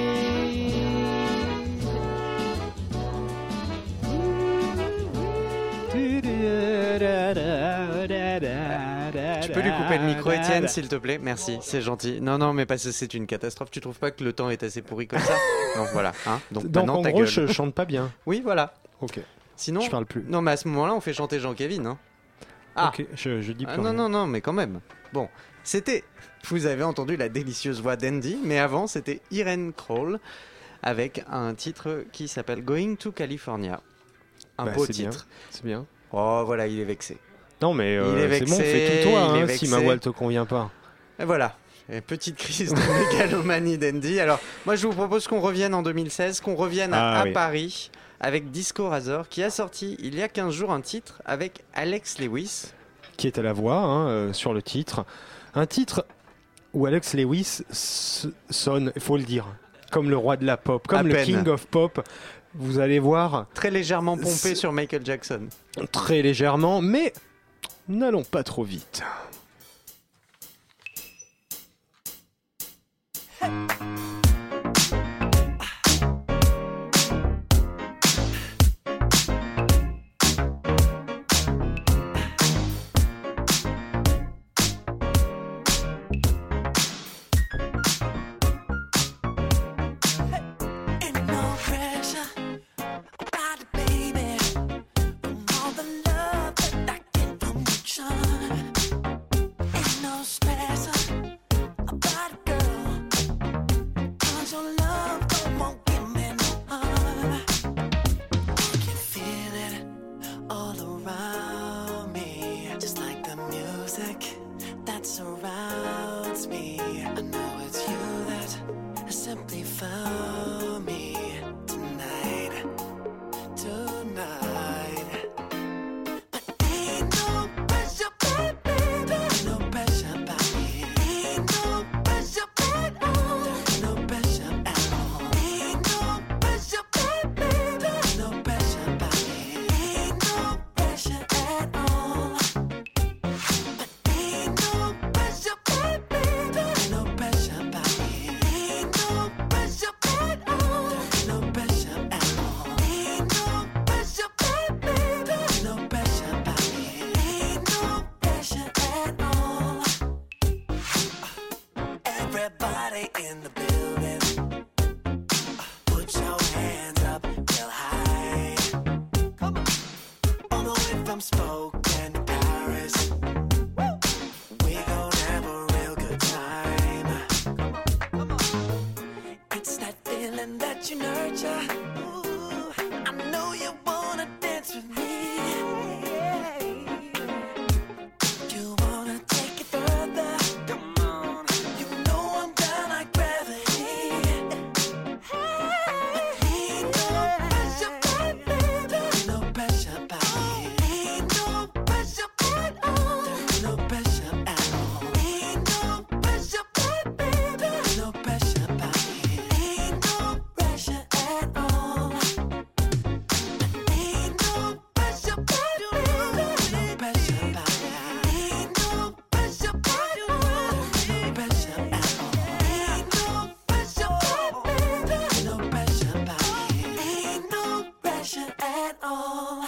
S1: Tu peux lui couper le micro, Étienne, s'il te plaît? Merci, c'est gentil. Non, mais parce que c'est une catastrophe. Tu trouves pas que le temps est assez pourri comme ça? Non, voilà. Hein. Donc
S3: en
S1: ta
S3: gros,
S1: gueule.
S3: je chante pas bien.
S1: Oui, voilà.
S3: Ok.
S1: Sinon,
S3: Je parle plus.
S1: Non, mais à ce moment-là, on fait chanter Jean-Kévin. Hein. Ah.
S3: Ok, je dis plus
S1: Ah,
S3: rien.
S1: non, mais quand même. Bon, c'était... Vous avez entendu la délicieuse voix d'Andy, mais avant, c'était Irene Kroll avec un titre qui s'appelle Going to California. Un
S3: Bah,
S1: beau
S3: c'est bien,
S1: titre.
S3: c'est bien.
S1: Oh, voilà, il est vexé.
S3: Non mais
S1: Il est
S3: c'est bon,
S1: vexé,
S3: fais tout toi
S1: il est
S3: hein,
S1: vexé.
S3: si ma voix te convient pas.
S1: Et voilà, et petite crise de mégalomanie d'Andy. Alors, moi, je vous propose qu'on revienne en 2016, qu'on revienne à
S3: oui.
S1: Paris avec Disco Razor, qui a sorti il y a 15 jours un titre avec Alex Lewis.
S3: Qui est à la voix hein, sur le titre. Un titre où Alex Lewis sonne, il faut le dire, comme le roi de la pop, comme
S1: À
S3: le
S1: peine.
S3: King of Pop. Vous allez voir
S1: Très légèrement pompé sur Michael Jackson.
S3: très légèrement, mais n'allons pas trop vite.
S4: Ain't no pressure about it, baby. From all the love that I get from each other. Ain't no stress about it, girl. 'Cause your love won't give me no harm. I can feel it all around me. Just
S9: from Spokane to Paris. We gon' have a real good time. It's that feeling that you nurture. Ooh, I know you wanna dance with me. You wanna take it further. Come on, you know I'm down like gravity. Ain't no pressure, baby. No pressure, baby. Ain't no pressure at all. There's no pressure at all. Ain't no pressure, baby. No pressure, baby. Ain't no pressure at all. Ain't no pressure, baby. No pressure, baby. Ain't no pressure, baby. No pressure at all. Ain't no pressure, baby. No pressure, baby. Ain't no pressure at all.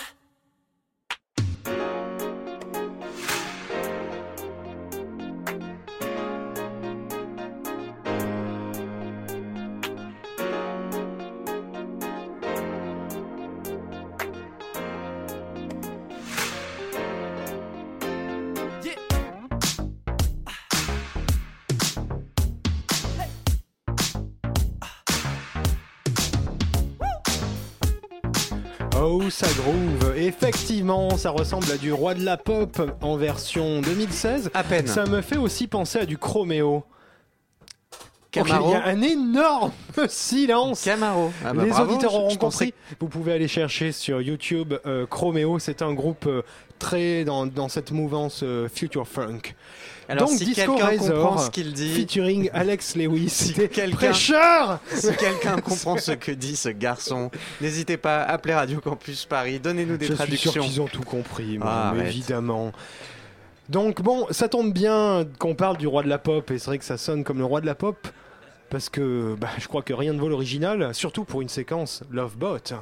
S3: Oh, ça groove. Effectivement, ça ressemble à du roi de la pop en version 2016.
S1: À peine.
S3: Ça me fait aussi penser à du Chroméo.
S1: Camaro.
S3: Ok, il y a un énorme silence.
S1: Camaro. Ah bah
S3: Les
S1: bravo,
S3: auditeurs auront
S1: je pensais-
S3: compris. Vous pouvez aller chercher sur YouTube Chroméo. C'est un groupe très dans cette mouvance future funk.
S1: Alors,
S3: Donc
S1: si
S3: Disco
S1: quelqu'un comprend
S3: Razor,
S1: ce qu'il dit,
S3: featuring Alex Lewis.
S1: Si
S3: C'était
S1: quelqu'un-
S3: prêcheur.
S1: si quelqu'un comprend ce que dit ce garçon, n'hésitez pas à appeler Radio Campus Paris. Donnez-nous des
S3: Je suis
S1: traductions.
S3: sûr qu'ils ont tout compris, moi,
S1: Ah, arrête.
S3: évidemment. Donc bon, ça tombe bien qu'on parle du roi de la pop, et c'est vrai que ça sonne comme le roi de la pop, parce que je crois que rien ne vaut l'original, surtout pour une séquence Love Boat.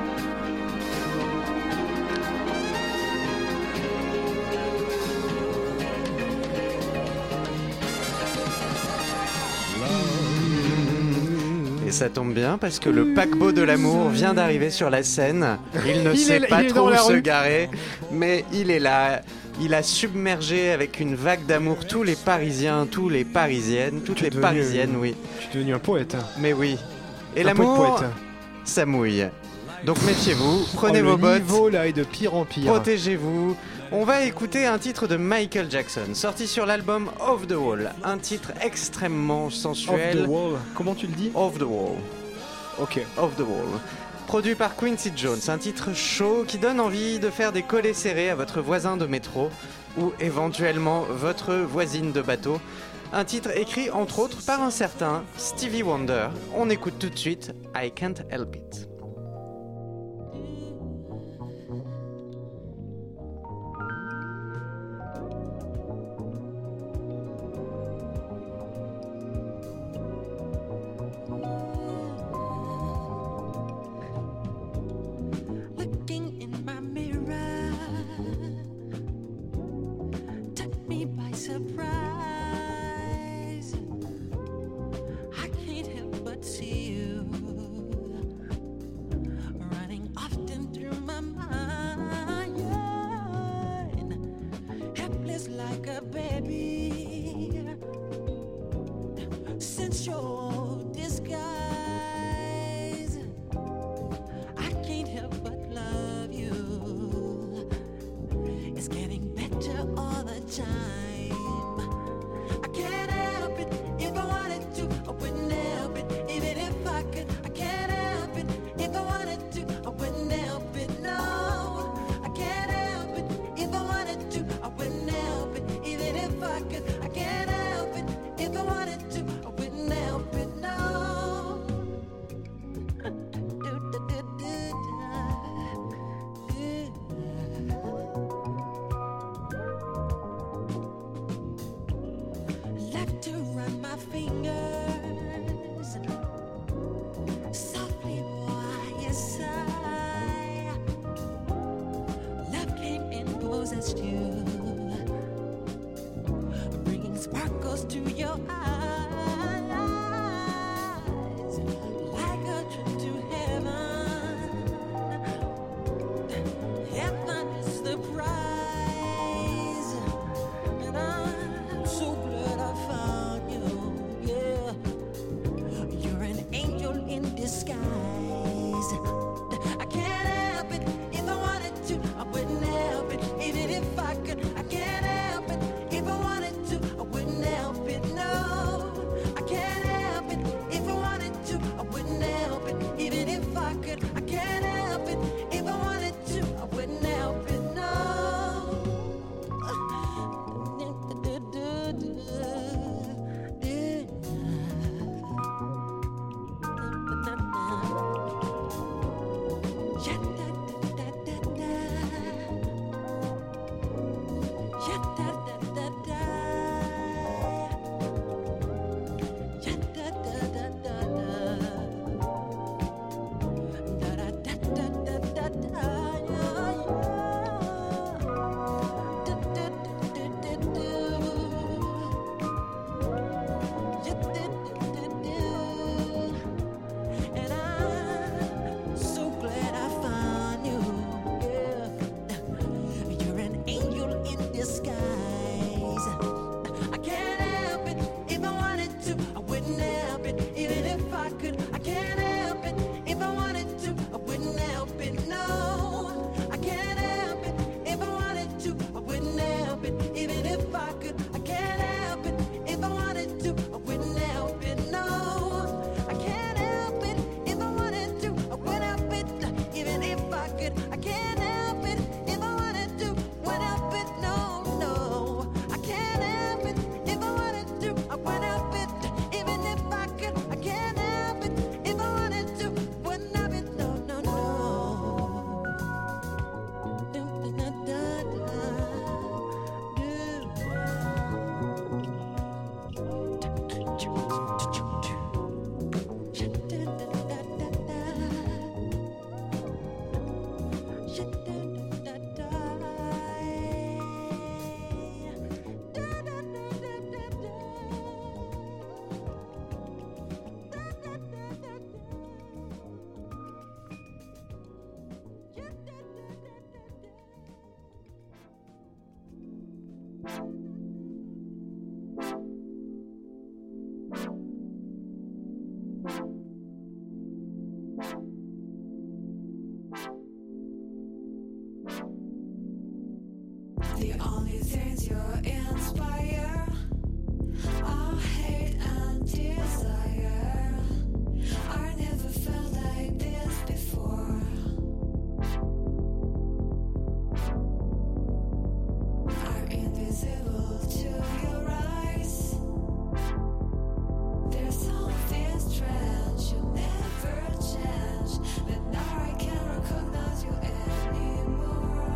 S1: Et ça tombe bien parce que le paquebot de l'amour vient d'arriver sur la scène. Il ne
S3: Il
S1: sait
S3: est-
S1: pas
S3: il est
S1: trop
S3: dans
S1: où
S3: la
S1: se
S3: rue.
S1: garer, mais il est là. Il a submergé avec une vague d'amour tous les Parisiens, tous les Parisiennes, toutes
S3: Tu es
S1: les
S3: devenu-
S1: Parisiennes, oui.
S3: Je suis devenu un poète.
S1: Mais oui. Et
S3: Un
S1: l'amour,
S3: poète.
S1: ça mouille. Donc méfiez-vous, prenez
S3: Oh,
S1: vos
S3: le
S1: bottes,
S3: niveau là est de pire en pire.
S1: protégez-vous. On va écouter un titre de Michael Jackson, sorti sur l'album Off the Wall. Un titre extrêmement
S3: Off
S1: sensuel.
S3: the wall. Comment tu le dis?
S1: Off the Wall.
S3: Ok.
S1: Off the Wall. Produit par Quincy Jones, un titre chaud qui donne envie de faire des collets serrés à votre voisin de métro ou éventuellement votre voisine de bateau. Un titre écrit entre autres par un certain Stevie Wonder. On écoute tout de suite I Can't Help It.
S9: Looking in my mirror, took me by surprise. I can't help but see you running often through my mind, helpless like a baby. Since your disguise, I can't help but love you. It's getting better all the time. I can't help it if I wanted to. I wouldn't help it even if I could. I can't help it if I wanted to. I wouldn't help it, no. I can't help it if I wanted to. I wouldn't help it even if I could. I can't help it if I wanted to. I wouldn't help it, no. Left to run my fingers softly by your side. Love came and possessed you, bringing sparkles to your eyes, like a trip to heaven. Heaven is the
S4: The only things you inspire are hate and desire. I never felt like this before. I'm invisible to your eyes. There's something strange, you never change, but now I can't recognize you anymore.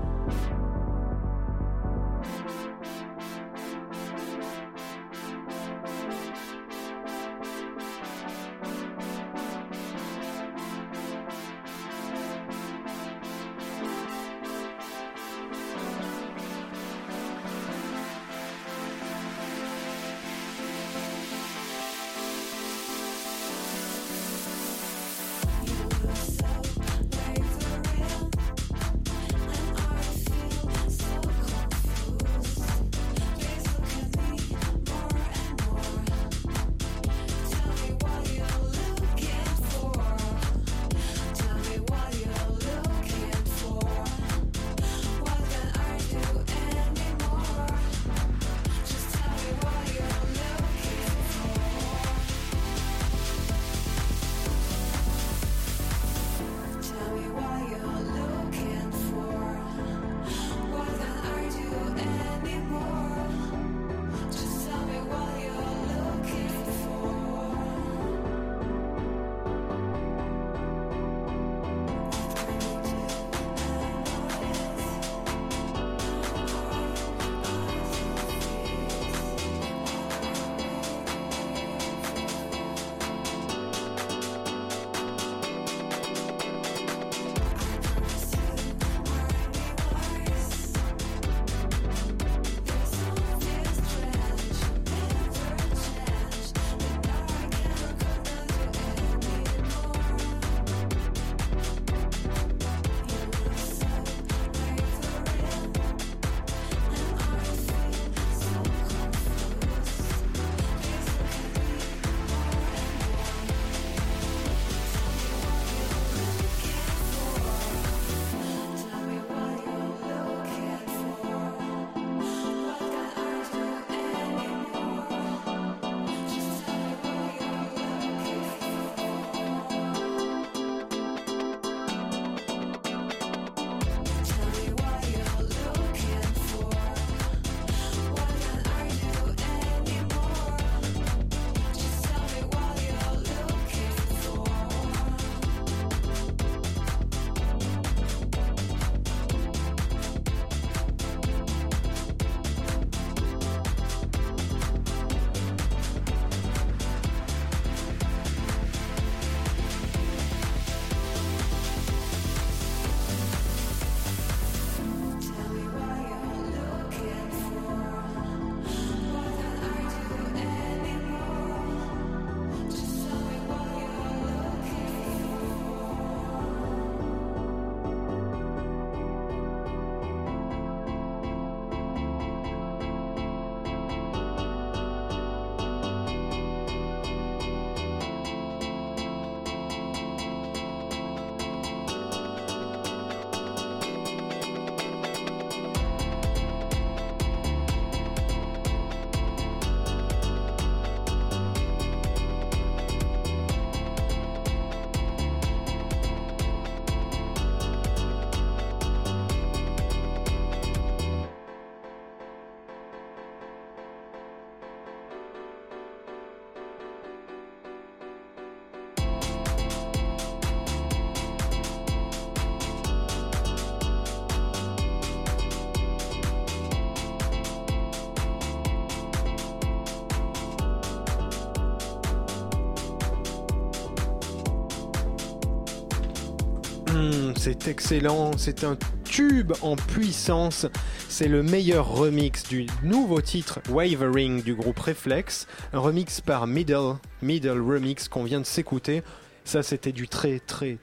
S3: C'est excellent, c'est un tube en puissance. C'est le meilleur remix du nouveau titre Wavering du groupe Reflex, un remix par Middle Remix qu'on vient de s'écouter. Ça, c'était du très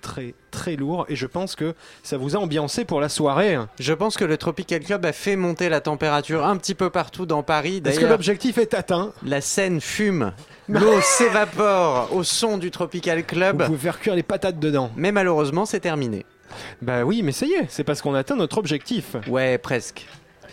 S3: lourd et je pense que ça vous a ambiancé pour la soirée.
S1: Je pense que le Tropical Club a fait monter la température un petit peu partout dans Paris.
S3: Est-ce que l'objectif est atteint ?
S1: La scène fume, l'eau s'évapore au son du Tropical Club.
S3: Vous pouvez faire cuire les patates dedans.
S1: Mais malheureusement, c'est terminé.
S3: Bah oui, mais ça y est, c'est parce qu'on a atteint notre objectif.
S1: Ouais, presque.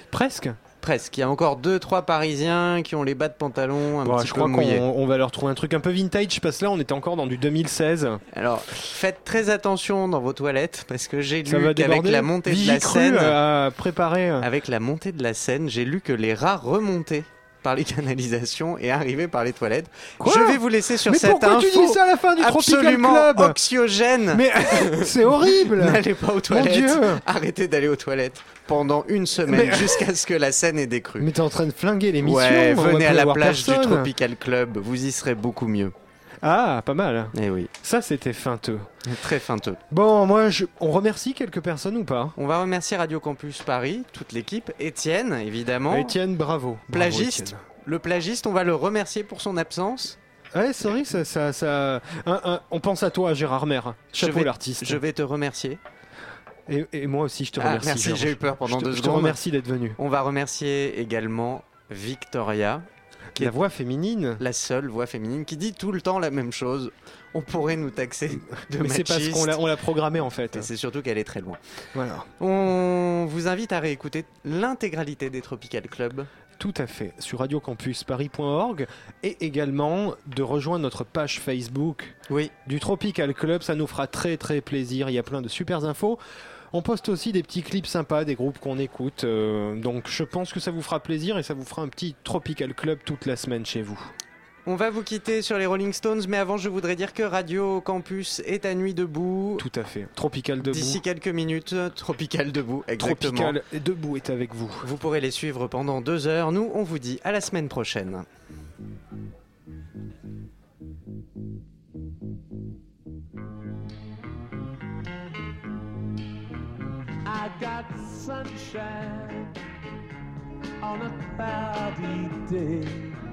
S3: Presque.
S1: Presque. Il y a encore 2-3 Parisiens qui ont les bas de pantalon un
S3: Bon,
S1: petit
S3: je
S1: peu
S3: crois
S1: mouillés.
S3: qu'on va leur trouver un truc un peu vintage parce que là on était encore dans du 2016.
S1: Alors, faites très attention dans vos toilettes parce que j'ai
S3: Ça
S1: lu
S3: va
S1: qu'avec
S3: déborder.
S1: la montée de la
S3: Vigicru
S1: Seine,
S3: a préparé.
S1: avec la montée de la Seine, j'ai lu que les rats remontaient par les canalisations et arrivaient par les toilettes.
S3: Quoi
S1: Je vais vous laisser sur
S3: Mais
S1: cette
S3: pourquoi
S1: info
S3: tu dis ça à la fin du Tropical
S1: absolument
S3: Club
S1: anxiogène.
S3: Mais c'est horrible.
S1: N'allez pas aux toilettes.
S3: Dieu.
S1: Arrêtez d'aller aux toilettes pendant une semaine
S3: Mais-
S1: jusqu'à ce que la Seine ait décru.
S3: Mais t'es en train de flinguer l'émission.
S1: Ouais,
S3: on va
S1: venez à
S3: plus
S1: la
S3: avoir
S1: plage du
S3: personne.
S1: Tropical Club, vous y serez beaucoup mieux.
S3: Ah, pas mal.
S1: Eh oui,
S3: Ça c'était feinteux.
S1: très feinteux.
S3: Bon, on remercie quelques personnes ou pas?
S1: On va remercier Radio Campus Paris, toute l'équipe, Étienne évidemment,
S3: Étienne, bravo. Bravo,
S1: plagiste.
S3: Étienne.
S1: Le plagiste, on va le remercier pour son absence.
S3: Ouais, c'est vrai que on pense à toi, Gérard Maire. Chapeau
S1: vais-
S3: l'artiste.
S1: Je vais te remercier.
S3: Et moi aussi, je te
S1: Ah,
S3: remercie.
S1: merci,
S3: Georges.
S1: j'ai eu peur pendant
S3: Je te-
S1: 2
S3: Je te
S1: secondes.
S3: remercie d'être venu.
S1: On va remercier également Victoria, qui
S3: La
S1: est
S3: voix féminine.
S1: la seule voix féminine qui dit tout le temps la même chose. On pourrait nous taxer de
S3: Mais c'est parce
S1: machistes.
S3: qu'on l'a programmé en fait.
S1: Et c'est surtout qu'elle est très loin.
S3: Voilà.
S1: On vous invite à réécouter l'intégralité des Tropical Club.
S3: Tout à fait. Sur radiocampusparis.org et également de rejoindre notre page Facebook
S1: Oui,
S3: du Tropical Club. Ça nous fera très très plaisir. Il y a plein de super infos. On poste aussi des petits clips sympas des groupes qu'on écoute. Donc je pense que ça vous fera plaisir et ça vous fera un petit Tropical Club toute la semaine chez vous.
S1: on va vous quitter sur les Rolling Stones, mais avant je voudrais dire que Radio Campus est à nuit debout.
S3: Tout à fait. Tropical debout.
S1: D'ici quelques minutes, Tropical debout, exactement.
S3: Tropical debout est avec vous.
S1: Vous pourrez les suivre pendant 2 heures. Nous, on vous dit à la semaine prochaine.
S10: I got sunshine on a cloudy day.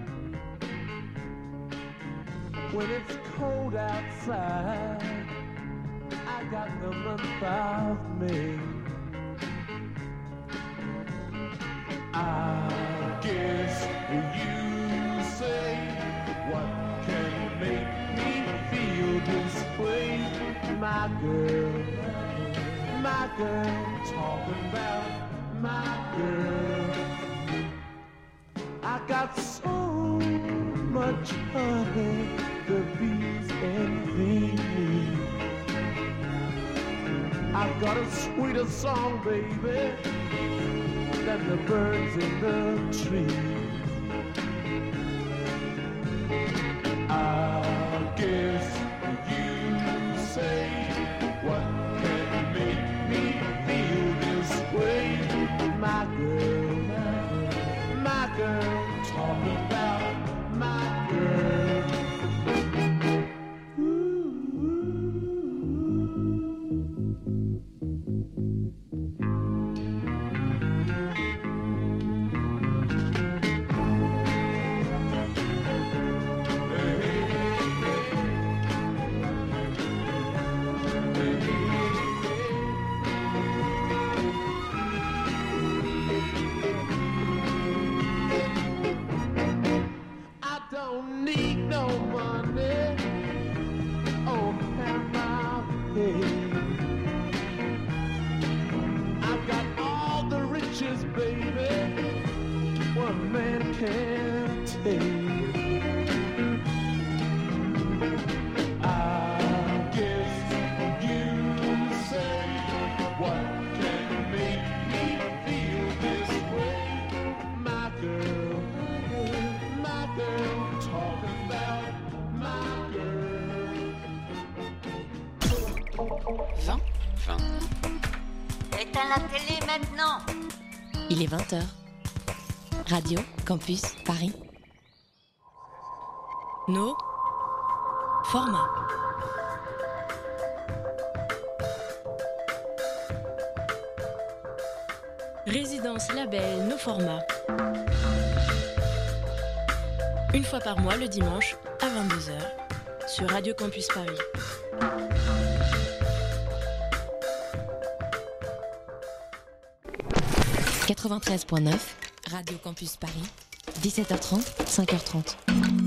S10: When it's cold outside, I got the month of May. I guess you say, what can make me feel this way? My girl, talking about my girl. I got so much honey, the bees envy me. I've got a sweeter song, baby, than the birds in the trees. I guess you say, what can make me feel this way? My girl, talking about my girl. I don't need no money on my head. I've got all the riches, baby, one man can take. I guess you say, what can make me feel this way? My girl, talking about my girl.
S11: 20. Éteins la télé maintenant.
S12: Il est 20h. Radio Campus Paris. Nos formats. Résidence label Nos formats. Une fois par mois le dimanche à 22h sur Radio Campus Paris. « 93.9, Radio Campus Paris, 17h30, 5h30.